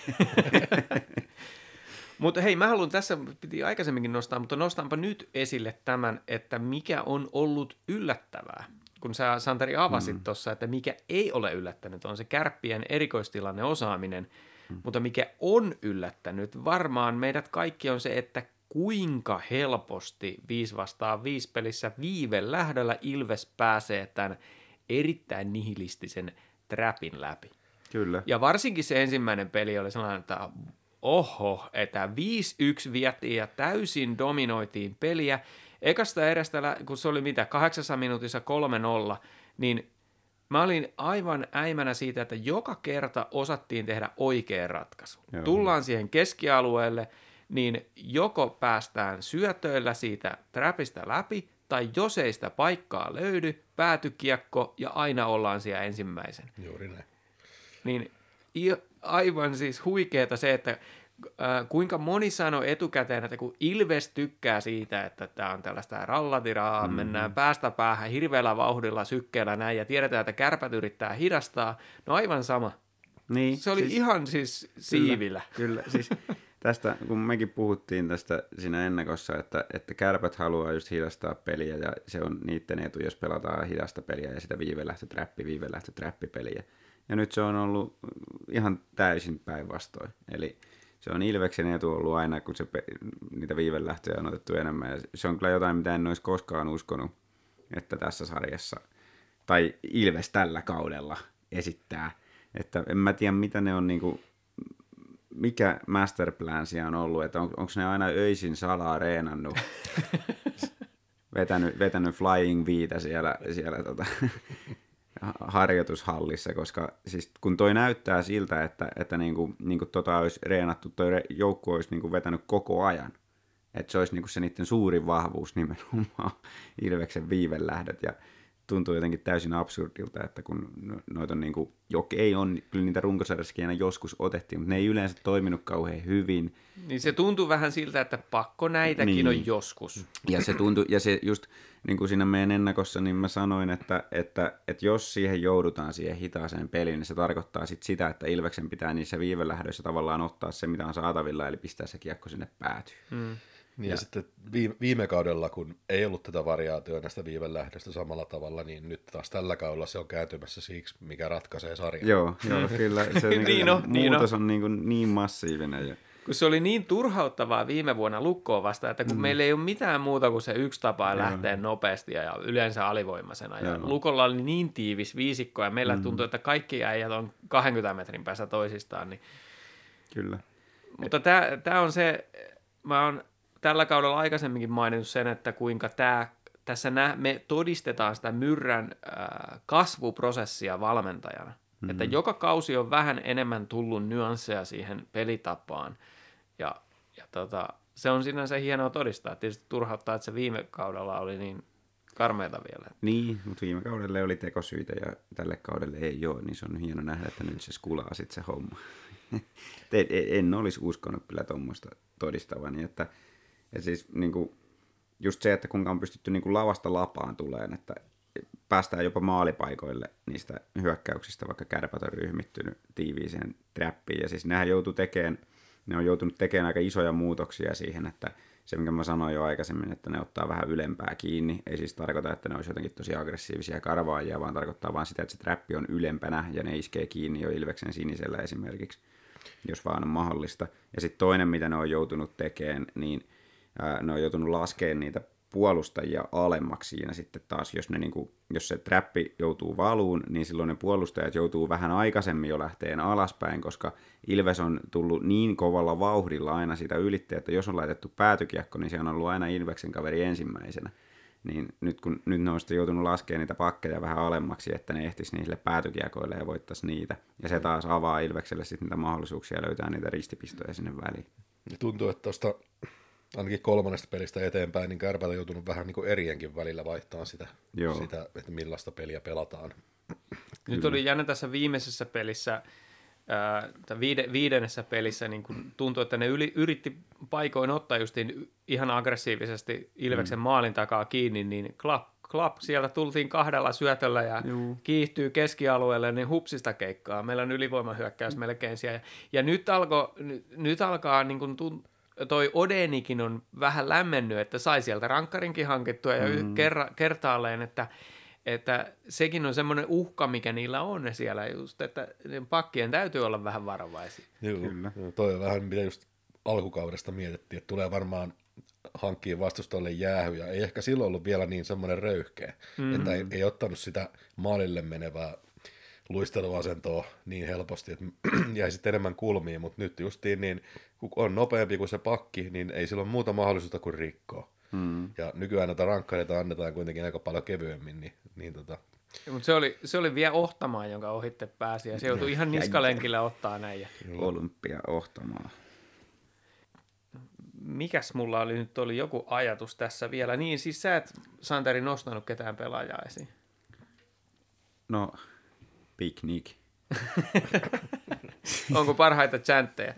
Mutta hei, mä haluan tässä, piti aikaisemminkin nostaa, mutta nostanpa nyt esille tämän, että mikä on ollut yllättävää. Kun sä, Santeri, avasit tuossa, että mikä ei ole yllättänyt, on se Kärppien erikoistilanne osaaminen. Mutta mikä on yllättänyt, varmaan meidät kaikki on se, että kuinka helposti 5-5 pelissä viivelähdöllä Ilves pääsee tämän erittäin nihilistisen trapin läpi. Kyllä. Ja varsinkin se ensimmäinen peli oli sellainen, että että 5-1 vietiin ja täysin dominoitiin peliä. Ekasta erästä, kun se oli 8 minuutissa 3-0, niin mä olin aivan äimänä siitä, että joka kerta osattiin tehdä oikea ratkaisu. Joo. Tullaan siihen keskialueelle, niin joko päästään syötöillä siitä trapista läpi, tai jos ei sitä paikkaa löydy, päätykiekko ja aina ollaan siellä ensimmäisen. Juuri näin. Niin aivan siis huikeeta se, että kuinka moni sanoi etukäteen, että kun Ilves tykkää siitä, että tämä on tällaista rallatiraa, mennään päästä päähän hirveällä vauhdilla sykkeellä näin, ja tiedetään, että Kärpät yrittää hidastaa, no aivan sama. Niin, se oli siis, ihan siis siivillä. Kyllä, siis tästä, kun mekin puhuttiin tästä siinä ennakossa, että Kärpät haluaa just hidastaa peliä, ja se on niiden etu, jos pelataan hidasta peliä ja sitä viivelähtö-trappi-peliä. Ja nyt se on ollut ihan täysin päinvastoin. Eli se on Ilveksen etu ollut aina, kun niitä viivelähtöjä on otettu enemmän. Ja se on kyllä jotain, mitä en olisi koskaan uskonut, että tässä sarjassa, tai Ilves tällä kaudella esittää. Että en mä tiedä, mitä ne on, niinku, mikä masterplansia on ollut, että onko ne aina öisin salaa reenannut, vetänyt flying viitä siellä harjoitushallissa, koska siis kun toi näyttää siltä, että niinku olisi reenattu, toi joukkue olisi niinku vetänyt koko ajan, että se olisi niinku se niiden suurin vahvuus nimenomaan Ilveksen viivelähdöt, ja tuntuu jotenkin täysin absurdilta, että kun noita on niinku, ei on, kyllä niitä runkosarjassakin aina joskus otettiin, mutta ne ei yleensä toiminut kauhean hyvin. Niin se tuntuu vähän siltä, että pakko näitäkin on joskus. Ja se tuntui, ja se just niin kuin siinä meidän ennakossa, niin mä sanoin, että jos siihen joudutaan siihen hitaaseen peliin, niin se tarkoittaa sit sitä, että Ilveksen pitää niissä viivelähdöissä tavallaan ottaa se, mitä on saatavilla, eli pistää se kiekko sinne päätyyn. Niin ja sitten viime kaudella, kun ei ollut tätä variaatioa näistä viivelähdöstä samalla tavalla, niin nyt taas tällä kaudella se on kääntymässä siksi, mikä ratkaisee sarjan. Joo, kyllä. Se muutos on niin massiivinen. Ja... Kun se oli niin turhauttavaa viime vuonna Lukkoa vastaan, että kun meillä ei ole mitään muuta kuin se yksi tapa lähteä nopeasti ja yleensä alivoimaisena. Ja Lukolla oli niin tiivis viisikko ja meillä tuntui, että kaikki äijät on 20 metrin päässä toisistaan. Niin... Kyllä. Mutta tämä on se, mä oon tällä kaudella aikaisemminkin maininnut sen, että kuinka tässä me todistetaan sitä Myrrän kasvuprosessia valmentajana. Että joka kausi on vähän enemmän tullut nyansseja siihen pelitapaan. Ja se on sinänsä hienoa todistaa. Tietysti turhauttaa, että se viime kaudella oli niin karmeita vielä. Niin, mutta viime kaudelle oli tekosyitä ja tälle kaudelle ei ole, niin se on hieno nähdä, että nyt se skulaa sitten se homma. En olisi uskonut kyllä tuommoista todistavani, että siis niinku, just se, että kuinka on pystytty niinku lavasta lapaan tuleen, että päästään jopa maalipaikoille niistä hyökkäyksistä, vaikka Kärpät on ryhmittynyt tiiviiseen trappiin, ja siis ne on joutunut tekemään aika isoja muutoksia siihen, että se, minkä mä sanoin jo aikaisemmin, että ne ottaa vähän ylempää kiinni, ei siis tarkoita, että ne olisi jotenkin tosi aggressiivisia karvaajia, vaan tarkoittaa vaan sitä, että se trappi on ylempänä, ja ne iskee kiinni jo Ilveksen sinisellä esimerkiksi, jos vaan on mahdollista. Ja sitten toinen, mitä ne on joutunut tekemään, niin ne on joutunut laskemaan niitä puolustajia alemmaksi siinä sitten taas, jos se trappi joutuu valuun, niin silloin ne puolustajat joutuu vähän aikaisemmin jo lähteen alaspäin, koska Ilves on tullut niin kovalla vauhdilla aina sitä ylitte, että jos on laitettu päätykiekko, niin se on ollut aina Ilveksen kaveri ensimmäisenä. Niin nyt ne on sitten joutunut laskemaan niitä pakkeja vähän alemmaksi, että ne ehtisi niille päätykiekoille ja voittaisi niitä. Ja se taas avaa Ilvekselle sitten niitä mahdollisuuksia löytää niitä ristipistoja sinne väliin. Tuntuu, että tuosta ainakin 3. pelistä eteenpäin, niin Kärpät on joutunut vähän niin kuin erienkin välillä vaihtamaan sitä, että millaista peliä pelataan. Nyt oli jännä tässä viimeisessä pelissä, viidennessä pelissä, niin kun tuntui, että ne yritti paikoin ottaa justiin ihan aggressiivisesti Ilveksen maalin takaa kiinni, niin klap, sieltä tultiin 2 syötöllä ja kiihtyy keskialueelle, niin hupsista keikkaa. Meillä on ylivoimahyökkäys melkein siellä. Ja nyt alkaa niin kun toi Odenikin on vähän lämmennyt, että sai sieltä rankkarinkin hankittua ja kertaalleen, että sekin on semmoinen uhka, mikä niillä on siellä just, että pakkien täytyy olla vähän varovaisia. Joo, kyllä. Toi on vähän mitä just alkukaudesta mietittiin, että tulee varmaan hankkiin vastustajalle jäähyjä. Ei ehkä silloin ollut vielä niin semmoinen röyhkeä, että ei ottanut sitä maalille menevää luisteluasentoa niin helposti, että jäi sitten enemmän kulmiin, mutta nyt justiin niin, kun on nopeampi kuin se pakki, niin ei sillä ole muuta mahdollisuutta kuin rikkoa. Ja nykyään näitä rankkareita annetaan kuitenkin aika paljon kevyemmin, Mutta se oli vielä Ohtamaa, jonka ohitte pääsi, ja se joutui ihan niskalenkillä ottaa näin. Olympia Ohtamaa. Mikäs mulla oli joku ajatus tässä vielä? Niin, siis sä et, Santeri, nostanut ketään pelaajaa esiin. No, Picnic. Onko parhaita chanttejä?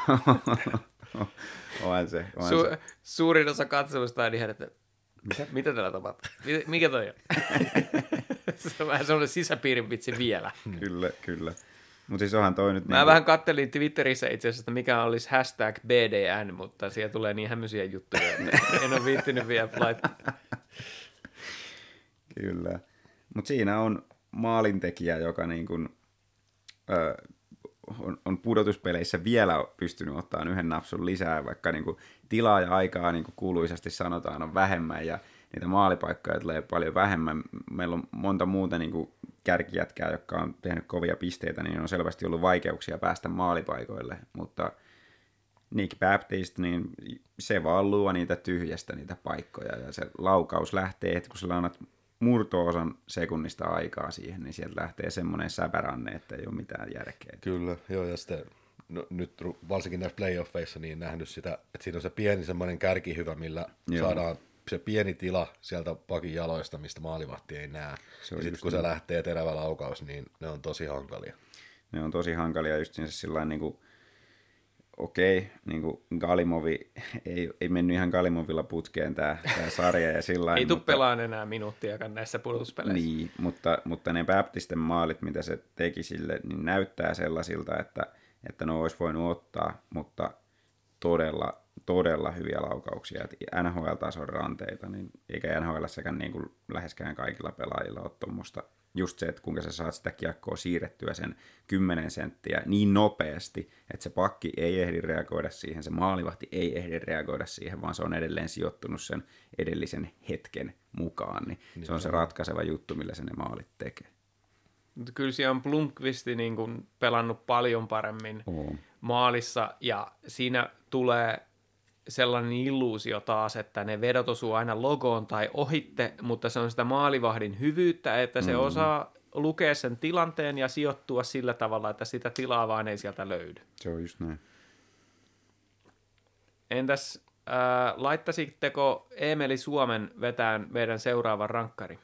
On se. Suurin osa katsomista on ihan, että mitä täällä tapahtuu? Mikä toi on? Se on vähän semmoinen sisäpiirin vitsi vielä. Kyllä. Mutta siis onhan toi nyt... Mä vähän kattelin Twitterissä itse asiassa, että mikä olisi #BDN, mutta siellä tulee niin hämyisiä juttuja, että en ole viittinyt vielä laittaa. Kyllä. Mutta siinä on maalintekijä, joka niin kuin, on pudotuspeleissä vielä pystynyt ottamaan yhden napsun lisää, vaikka niin kuin tilaa ja aikaa, niin kuin kuuluisasti sanotaan, on vähemmän ja niitä maalipaikkoja tulee paljon vähemmän. Meillä on monta muuta niin kuin kärkijätkää, jotka on tehnyt kovia pisteitä, niin on selvästi ollut vaikeuksia päästä maalipaikoille, mutta Nick Baptiste, niin se vaan luo niitä tyhjästä niitä paikkoja ja se laukaus lähtee, että kun sä annat murto-osan sekunnista aikaa siihen, niin sieltä lähtee semmoinen säpäranne, että ei ole mitään järkeä. Kyllä, joo, ja sitten nyt varsinkin näissä playoffeissa niin nähnyt sitä, että siinä on se pieni semmoinen kärkihyvä, millä saadaan se pieni tila sieltä pakin jaloista, mistä maalivahti ei näe. Ja sitten kun se lähtee terävä laukaus, niin ne on tosi hankalia. Ne on tosi hankalia just sillain niin kuin okei, niin kuin Galimovi, ei mennyt ihan Galimovilla putkeen tämä sarja. Ja sillain, ei tule pelaan enää minuuttiakaan näissä pudotuspeleissä. Niin, mutta ne Baptisten maalit, mitä se teki sille, niin näyttää sellaisilta, että ne olisi voinut ottaa, mutta todella todella hyviä laukauksia, että NHL-tason ranteita, niin eikä NHL:ssäkään niin kuin läheskään kaikilla pelaajilla ole tuommoista. Just se, että kuinka sä saat sitä kiekkoa siirrettyä sen 10 senttiä niin nopeasti, että se pakki ei ehdi reagoida siihen, se maalivahti ei ehdi reagoida siihen, vaan se on edelleen sijoittunut sen edellisen hetken mukaan. Niin se on se ratkaiseva juttu, millä se ne maalit tekee. Mutta kyllä siellä on Blomqvisti niin kuin pelannut paljon paremmin maalissa, ja siinä tulee sellainen illuusio taas, että ne vedot osuu aina logoon tai ohitte, mutta se on sitä maalivahdin hyvyyttä, että se osaa lukea sen tilanteen ja sijoittua sillä tavalla, että sitä tilaa vaan ei sieltä löydy. Se on just näin. Entäs laittaisitteko Eemeli Suomen vetään meidän seuraavan rankkari?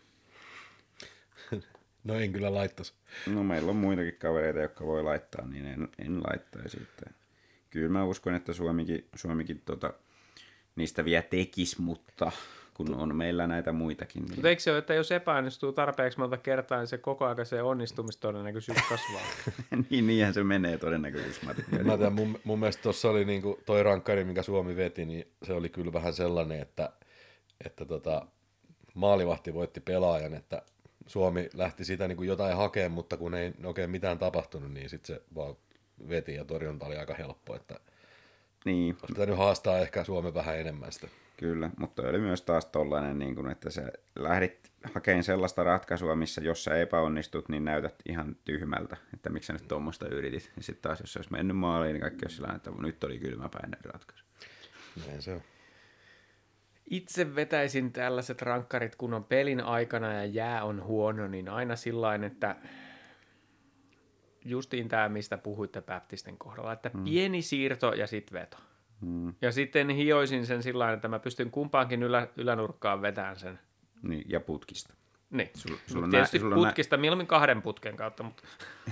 No en kyllä laittaisi. No meillä on muitakin kavereita, jotka voi laittaa, niin en laittaisi. Kyllä mä uskon, että Suomikin niistä vielä tekisi, mutta kun on meillä näitä muitakin. Niin... Mutta eikö se ole, että jos epäonnistuu tarpeeksi monta kertaa, niin se koko ajan se onnistumistodennäköisyys kasvaa? Niinhän se menee todennäköisesti. Mä tiedän, mun mielestä tuossa oli niinku toi rankkari, minkä Suomi veti, niin se oli kyllä vähän sellainen, että maalivahti voitti pelaajan, että Suomi lähti sitä niin kuin jotain hakemaan, mutta kun ei oikein mitään tapahtunut, niin sitten se vaan veti ja torjunta oli aika helppo. Että niin. Olisi pitänyt haastaa ehkä Suomen vähän enemmän sitä. Kyllä, mutta oli myös taas tollainen, niin kuin, että sä lähdit hakemaan sellaista ratkaisua, missä jos sä epäonnistut, niin näytät ihan tyhmältä, että miksi sä nyt tuommoista yritit. Ja sitten taas, jos se olisi mennyt maaliin, niin kaikki olisi sillä että nyt oli kylmäpäinen ratkaisu. Näin se on. Itse vetäisin tällaiset rankkarit, kun on pelin aikana ja jää on huono, niin aina sillain, että justiin tämä, mistä puhuitte Baptisten kohdalla, että pieni siirto ja sitten veto. Ja sitten hioisin sen sillain, että mä pystyn kumpaankin ylänurkkaan vetämään sen. Niin, ja putkista. Niin, sulla on tietysti putkista, mieluummin 2 putken kautta, mutta...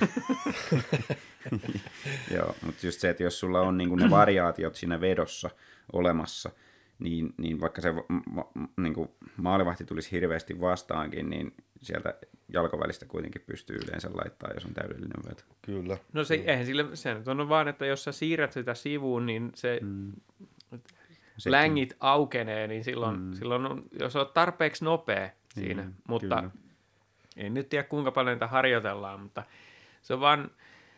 Joo, mutta just se, että jos sulla on niin kuin ne variaatiot siinä vedossa olemassa, niin vaikka se niin kuin maalivahti tulisi hirveästi vastaankin, niin sieltä jalkovälistä kuitenkin pystyy yleensä laittaa, jos on täydellinen veto. Kyllä. No se, eihän sille, se nyt on vaan, että jos sä siirrät sitä sivuun, niin se längit aukenee, niin silloin on, jos olet tarpeeksi nopea siinä, mutta kyllä. En nyt tiedä kuinka paljon niitä harjoitellaan, mutta se on vaan,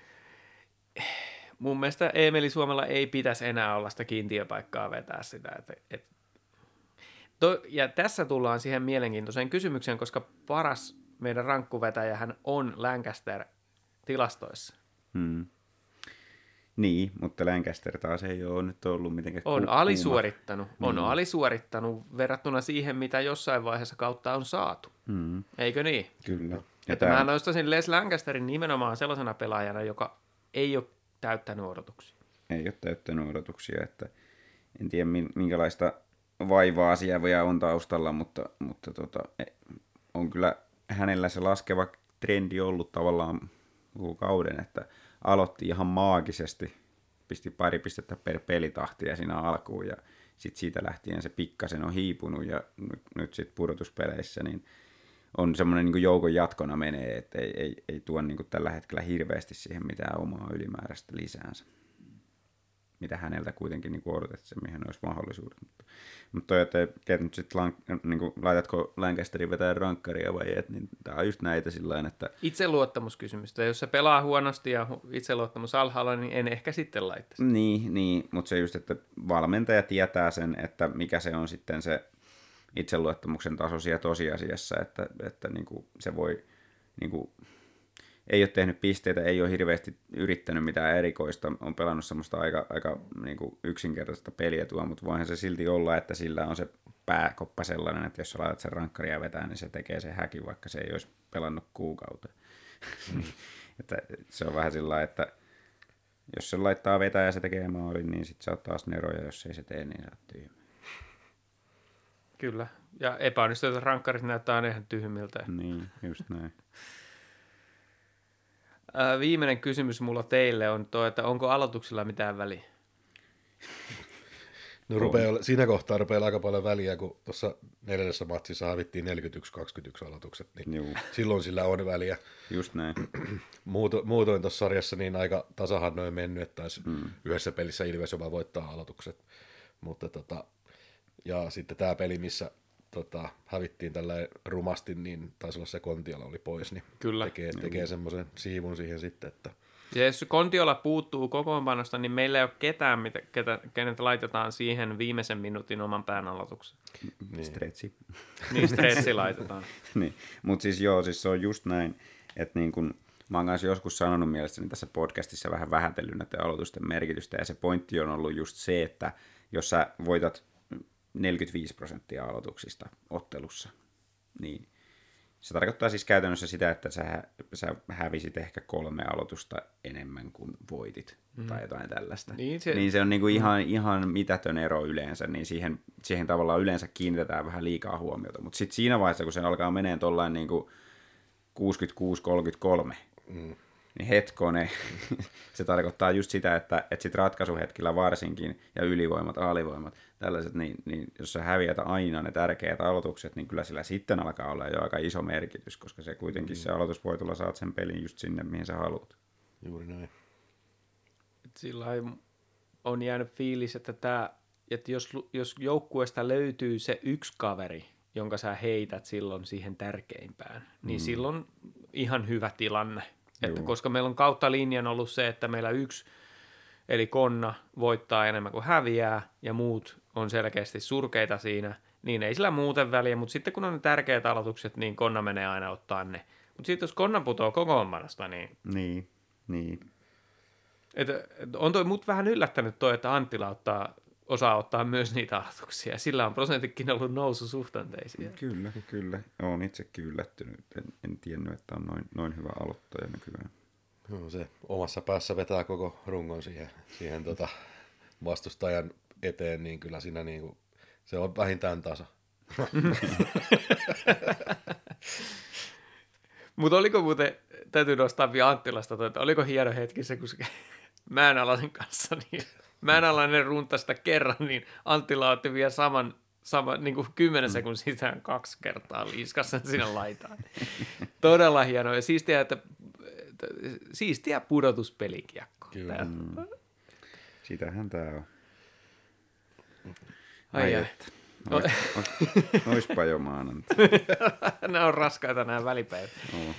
mun mielestä Eemeli Suomella ei pitäisi enää olla sitä kiintiöpaikkaa vetää sitä. Ja tässä tullaan siihen mielenkiintoiseen kysymykseen, koska paras meidän rankkuvetäjähän on Lancaster tilastoissa. Niin, mutta Lancaster taas ei ole nyt ollut mitenkään on alisuorittanut verrattuna siihen, mitä jossain vaiheessa kautta on saatu. Eikö niin? Kyllä. Että mä nostaisin Les Lancasterin nimenomaan sellaisena pelaajana, joka ei ole täyttänyt odotuksia. Ei ole täyttänyt odotuksia, että en tiedä minkälaista vaivaa siellä on taustalla, mutta on kyllä hänellä se laskeva trendi ollut tavallaan koko kauden, että aloitti ihan maagisesti, pisti 2 pistettä per pelitahtia siinä alkuun ja sitten siitä lähtien se pikkasen on hiipunut ja nyt sitten pudotuspeleissä niin on semmoinen niin kuin joukon jatkona menee, että ei tuo niin kuin tällä hetkellä hirveästi siihen mitään omaa ylimääräistä lisäänsä. Mitä häneltä kuitenkin niin odotettiin, mihin olisi mahdollisuudet. Mutta toi, että nyt sitten niin laitatko Lancasterin vetää rankkaria vai et, niin tämä on just näitä sillain, että... Itseluottamuskysymystä. Jos se pelaa huonosti ja itseluottamus alhaalla, niin en ehkä sitten laittaisi. Niin, mutta se just, että valmentaja tietää sen, että mikä se on sitten se itseluottamuksen taso siellä tosiasiassa, että niin kuin se voi... Niin kuin, ei ole tehnyt pisteitä, ei ole hirveästi yrittänyt mitään erikoista, on pelannut semmoista aika niin kuin yksinkertaista peliä tuo, mutta voihan se silti olla, että sillä on se pääkoppa sellainen, että jos sä laitat sen rankkaria vetää, niin se tekee sen häkin, vaikka se ei olisi pelannut kuukauteen. Että se on vähän sillä, että jos se laittaa vetää ja se tekee maalin, niin sit sä oot taas nero, ja jos ei se tee, niin sä oot tyhmä. Kyllä, ja epäonnistuneet rankkarit näyttää aina ihan tyhmiltä. Niin, just näin. Viimeinen kysymys mulla teille on tuo, että onko aloituksilla mitään väliä? No siinä kohtaa rupeaa aika paljon väliä, kun tuossa 4. matsissa havittiin 41-21 aloitukset, niin silloin sillä on väliä. Just näin. Muutoin tuossa sarjassa niin aika tasahan noin mennyt, että taisi yhdessä pelissä Ilves jopa voittaa aloitukset. Mutta ja sitten tämä peli, missä hävittiin tällä rumasti, niin taisi olla se Kontiola oli pois, niin Kyllä. tekee semmoisen siivun siihen sitten, että Ja jos Kontiola puuttuu kokoonpanosta, niin meillä ei ole ketään, kenet laitetaan siihen viimeisen minuutin oman pään aloituksen. Niin. Stretchi. Niin, stretchi laitetaan. Niin. Mutta siis joo, siis se on just näin, että niin kun, mä oon kanssa joskus sanonut mielestäni tässä podcastissa vähän vähätellyt näiden aloitusten merkitystä, ja se pointti on ollut just se, että jos sä voitat 45% aloituksista ottelussa, niin se tarkoittaa siis käytännössä sitä, että sä hävisit ehkä 3 aloitusta enemmän kuin voitit tai jotain tällaista. Niin se on niinku ihan mitätön ero yleensä, niin siihen tavallaan yleensä kiinnitetään vähän liikaa huomiota. Mutta sitten siinä vaiheessa, kun se alkaa menee tollain niinku 66-33, niin hetkone, se tarkoittaa just sitä, että sit ratkaisuhetkillä varsinkin, ja ylivoimat, alivoimat, tällaiset, niin jos sä häviät aina ne tärkeät aloitukset, niin kyllä sillä sitten alkaa olla jo aika iso merkitys, koska se kuitenkin se aloitusvoitolla saat sen pelin just sinne, mihin sä haluat. juuri näin. Sillä on jäänyt fiilis, että jos joukkueesta löytyy se yksi kaveri, jonka sä heität silloin siihen tärkeimpään, niin silloin ihan hyvä tilanne. Että koska meillä on kautta linjan ollut se, että meillä yksi, eli Konna, voittaa enemmän kuin häviää, ja muut on selkeästi surkeita siinä, niin ei sillä muuten väliä, mutta sitten kun on ne tärkeät aloitukset, niin Konna menee aina ottaa ne. Mutta sitten jos Konna putoo kokoonpanosta, niin... Niin. On toi mut vähän yllättänyt toi, että Anttila osaa ottaa myös niitä aloituksia. Sillä on prosenttikin ollut noususuhtanteisia. Kyllä. Olen itsekin yllättynyt. En tiennyt, että on noin hyvä aloittaja nykyään. No, se omassa päässä vetää koko rungon siihen vastustajan eteen, niin kyllä siinä niinku, se on vähintään tasa. Mutta oliko muuten, täytyy nostaa vielä Anttilasta, että oliko hieno hetki se, kun se Mäenalaisen kanssa, niin Mäenalainen runtasi sitä kerran, niin Anttila otti vielä saman niin kuin 10 sekunnin sisään 2 kertaa liiskassa sen sinne laitaan. Todella hienoa ja siistiä pudotuspelikiekko. Kyllä. Sitähän tää on. Ai. Oispa jo maanantai. Nämä on raskaita nämä välipäivät.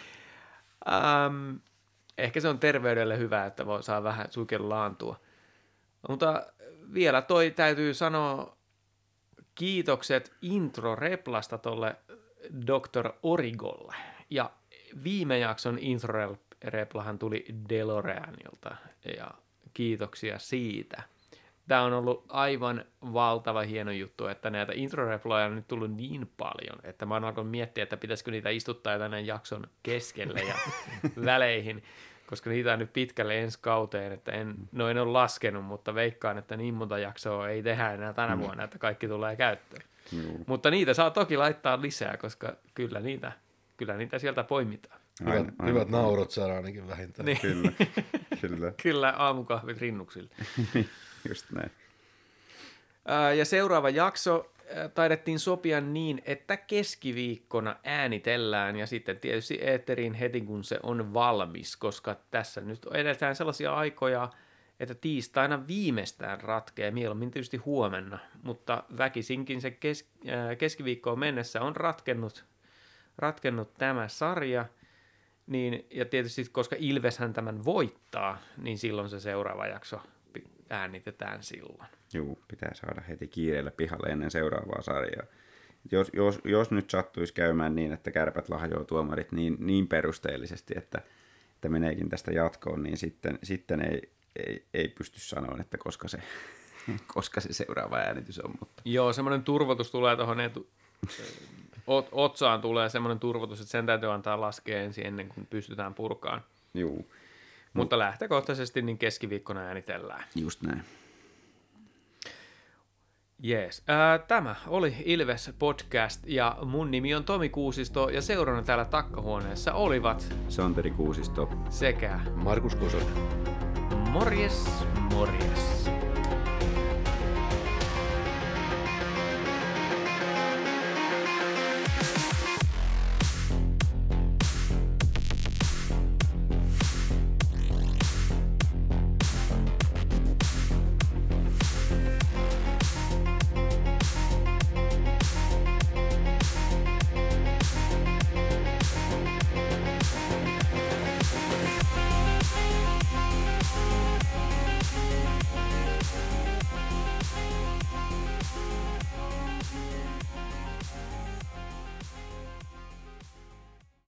Ehkä se on terveydelle hyvä, että saa vähän sukellaantua. Mutta vielä täytyy sanoa kiitokset intro-replasta tolle Dr. Origolle. Ja viime jakson intro-replahan tuli DeLoreanilta ja kiitoksia siitä. Tämä on ollut aivan valtava hieno juttu, että näitä intro-reploja on nyt tullut niin paljon, että mä oon alkanut miettiä, että pitäisikö niitä istuttaa tänne jakson keskelle ja väleihin, koska niitä on nyt pitkälle ensi kauteen, että en ole laskenut, mutta veikkaan, että niin monta jaksoa ei tehdä enää tänä vuonna, että kaikki tulee käyttöön. Mutta niitä saa toki laittaa lisää, koska kyllä niitä sieltä poimitaan. Hyvät naurut saadaan ainakin vähintään. Niin. Kyllä. Kyllä aamukahvit rinnuksille. Just näin. Ja seuraava jakso taidettiin sopia niin, että keskiviikkona äänitellään ja sitten tietysti eetteriin heti kun se on valmis, koska tässä nyt edetään sellaisia aikoja, että tiistaina viimeistään ratkee, mieluummin tietysti huomenna, mutta väkisinkin se keskiviikkoon mennessä on ratkennut tämä sarja, niin, ja tietysti koska Ilveshän tämän voittaa, niin silloin se seuraava jakso äänitetään silloin. Joo, pitää saada heti kiireellä pihalle ennen seuraavaa sarjaa. Jos nyt sattuisi käymään niin, että Kärpät lahjoo tuomarit niin perusteellisesti, että meneekin tästä jatkoon, niin sitten ei pysty sanoa, että koska se seuraava äänitys on. Mutta. Joo, semmoinen turvotus tulee tuohon otsaan tulee semmoinen turvotus, että sen täytyy antaa laskea ensin ennen kuin pystytään purkaan. Joo. Mutta lähtökohtaisesti niin keskiviikkona äänitellään. Just näin. Jees. Tämä oli Ilves Podcast ja mun nimi on Tomi Kuusisto ja seurana täällä takkahuoneessa olivat Santeri Kuusisto sekä Markus Kosonen. morjes.